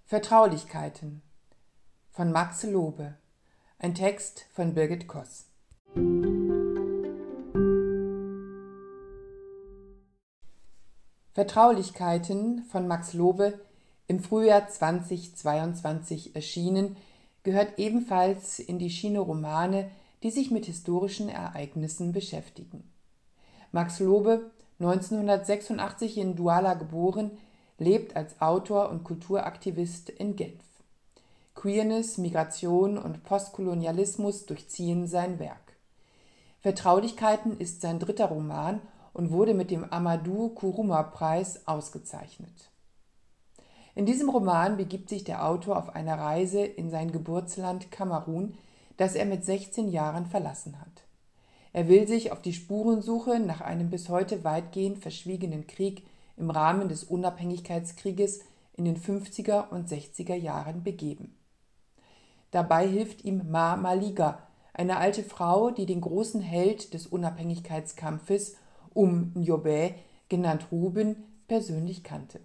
Vertraulichkeiten von Max Lobe. Ein Text von Birgit Koss. Vertraulichkeiten von Max Lobe, im Frühjahr 2022 erschienen, gehört ebenfalls in die Schiene Romane, die sich mit historischen Ereignissen beschäftigen. Max Lobe, 1986 in Douala geboren, lebt als Autor und Kulturaktivist in Genf. Queerness, Migration und Postkolonialismus durchziehen sein Werk. Vertraulichkeiten ist sein dritter Roman und wurde mit dem Amadou-Kourouma-Preis ausgezeichnet. In diesem Roman begibt sich der Autor auf eine Reise in sein Geburtsland Kamerun, das er mit 16 Jahren verlassen hat. Er will sich auf die Spurensuche nach einem bis heute weitgehend verschwiegenen Krieg im Rahmen des Unabhängigkeitskrieges in den 50er und 60er Jahren begeben. Dabei hilft ihm Ma Maliga, eine alte Frau, die den großen Held des Unabhängigkeitskampfes Njobe, genannt Ruben, persönlich kannte.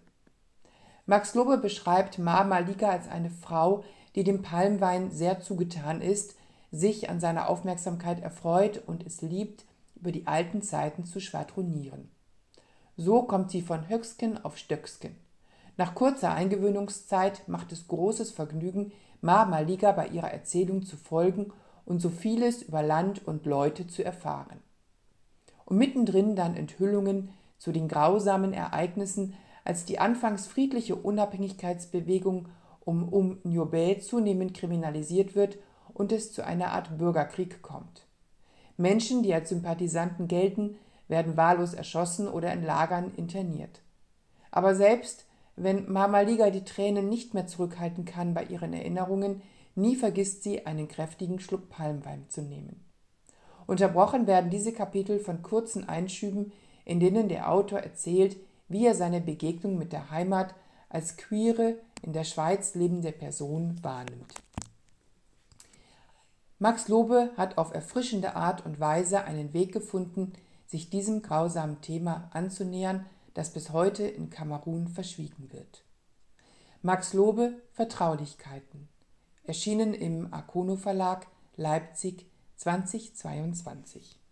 Max Lobe beschreibt Ma Maliga als eine Frau, die dem Palmwein sehr zugetan ist, sich an seiner Aufmerksamkeit erfreut und es liebt, über die alten Zeiten zu schwadronieren. So kommt sie von Höcksken auf Stöcksken. Nach kurzer Eingewöhnungszeit macht es großes Vergnügen, Ma Maliga bei ihrer Erzählung zu folgen und so vieles über Land und Leute zu erfahren. Und mittendrin dann Enthüllungen zu den grausamen Ereignissen, als die anfangs friedliche Unabhängigkeitsbewegung um Njobe zunehmend kriminalisiert wird und es zu einer Art Bürgerkrieg kommt. Menschen, die als Sympathisanten gelten, werden wahllos erschossen oder in Lagern interniert. Aber selbst wenn Ma Maliga die Tränen nicht mehr zurückhalten kann bei ihren Erinnerungen, nie vergisst sie, einen kräftigen Schluck Palmwein zu nehmen. Unterbrochen werden diese Kapitel von kurzen Einschüben, in denen der Autor erzählt, wie er seine Begegnung mit der Heimat als queere, in der Schweiz lebende Person wahrnimmt. Max Lobe hat auf erfrischende Art und Weise einen Weg gefunden, sich diesem grausamen Thema anzunähern, das bis heute in Kamerun verschwiegen wird. Max Lobe, Vertraulichkeiten, erschienen im Akono Verlag, Leipzig 2022.